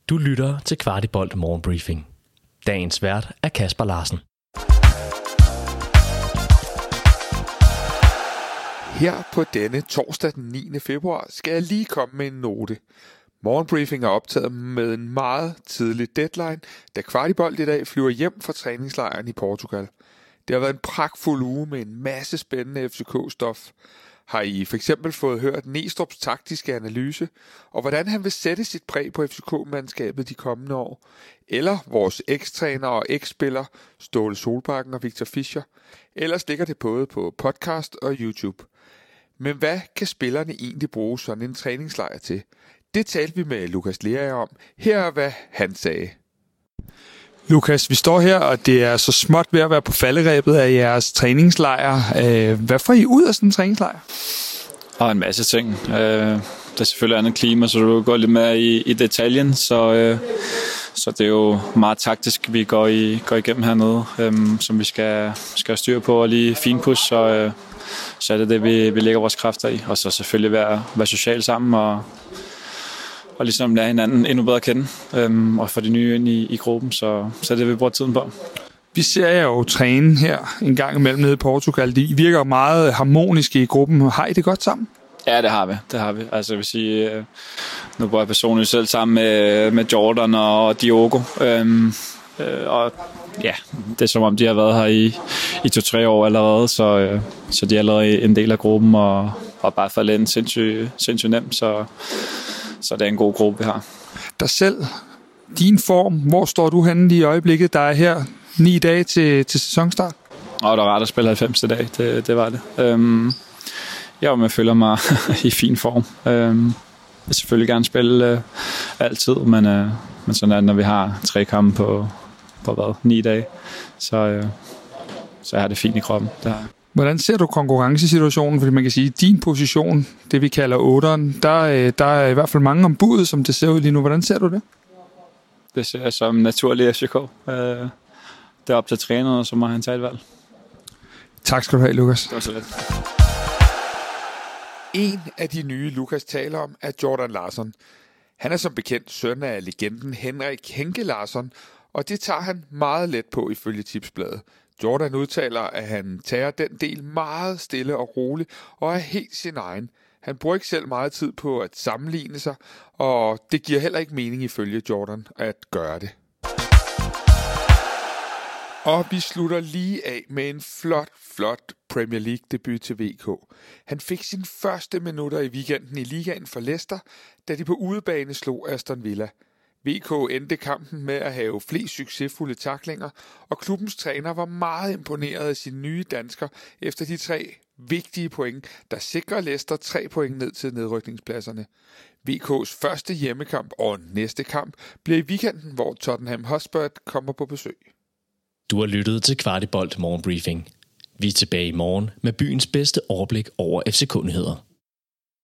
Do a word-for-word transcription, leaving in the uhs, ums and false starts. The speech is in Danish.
Du lytter til Kvartibolt Morgenbriefing. Dagens vært er Kasper Larsen. Her på denne torsdag den niende februar skal jeg lige komme med en note. Morgenbriefing er optaget med en meget tidlig deadline, da Kvartibolt i dag flyver hjem fra træningslejren i Portugal. Det har været en pragtfuld uge med en masse spændende F C K-stof. Har I for eksempel fået hørt Næstrup's taktiske analyse, og hvordan han vil sætte sit præg på F C K-mandskabet de kommende år? Eller vores eks-træner og eks-spiller Ståle Solbakken og Victor Fischer? Ellers ligger det både på podcast og YouTube. Men hvad kan spillerne egentlig bruge sådan en træningslejr til? Det talte vi med Lukas Lerager om. Her er, hvad han sagde. Lukas, vi står her, og det er så småt ved at være på falderebet af jeres træningslejr. Hvad får I ud af sådan en træningslejr? Og en masse ting. Der er selvfølgelig andet klima, så du går lidt mere i, i detaljen, så, så det er jo meget taktisk, vi går, i, går igennem hernede, som vi skal, skal styre på og lige finpudse, så, så er det det, vi, vi lægger vores kræfter i. Og så selvfølgelig være, være social sammen og og ligesom lære hinanden endnu bedre at kende, øhm, og få de nye ind i, i gruppen, så, så er det, vi bruger tiden på. Vi ser jer jo træne her en gang imellem nede i Portugal. De virker meget harmoniske i gruppen. Har I det godt sammen? Ja, det har vi. Det har vi. Altså, jeg vil sige, øh, nu bor jeg personligt selv sammen med, med Jordan og Diogo, øhm, øh, og ja, det er som om, de har været her i, i to-tre år allerede, så, øh, så de er allerede en del af gruppen, og, og bare faldet ind sindssygt, sindssygt nemt, så Så det er en god gruppe, vi har. Dig selv, din form, hvor står du henne i øjeblikket? Der er her ni dage til, til sæsonstart. Og der er ret at spille halvfems i dag, det, det var det. Øhm, jeg jeg føler mig i fin form. Øhm, jeg vil selvfølgelig gerne spille øh, altid, men, øh, men sådan er det, når vi har tre kampe på, på hvad, ni dage, så, øh, så er det fint i kroppen. Det har jeg. Hvordan ser du konkurrencesituationen? Fordi man kan sige, at din position, det vi kalder otteren, der, der er i hvert fald mange om budet, som det ser ud lige nu. Hvordan ser du det? Det ser jeg som naturlig F C K. Det er op til træneren, og så må han tage et valg. Tak skal du have, Lukas. Det var så lidt. En af de nye, Lukas taler om, er Jordan Larsson. Han er som bekendt søn af legenden Henrik Henke Larsson, og det tager han meget let på ifølge Tipsbladet. Jordan udtaler, at han tager den del meget stille og roligt og er helt sin egen. Han bruger ikke selv meget tid på at sammenligne sig, og det giver heller ikke mening ifølge Jordan at gøre det. Og vi slutter lige af med en flot, flot Premier League debut til V K. Han fik sine første minutter i weekenden i ligaen for Leicester, da de på udebane slog Aston Villa. V K endte kampen med at have flest succesfulde tacklinger, og klubbens træner var meget imponeret af sine nye dansker efter de tre vigtige point, der sikrer Leicester tre point ned til nedrykningspladserne. V K's første hjemmekamp og næste kamp bliver i weekenden, hvor Tottenham Hotspur kommer på besøg. Du har lyttet til Kvartibolt Morgenbriefing. Vi er tilbage i morgen med byens bedste overblik over F C K-nyheder.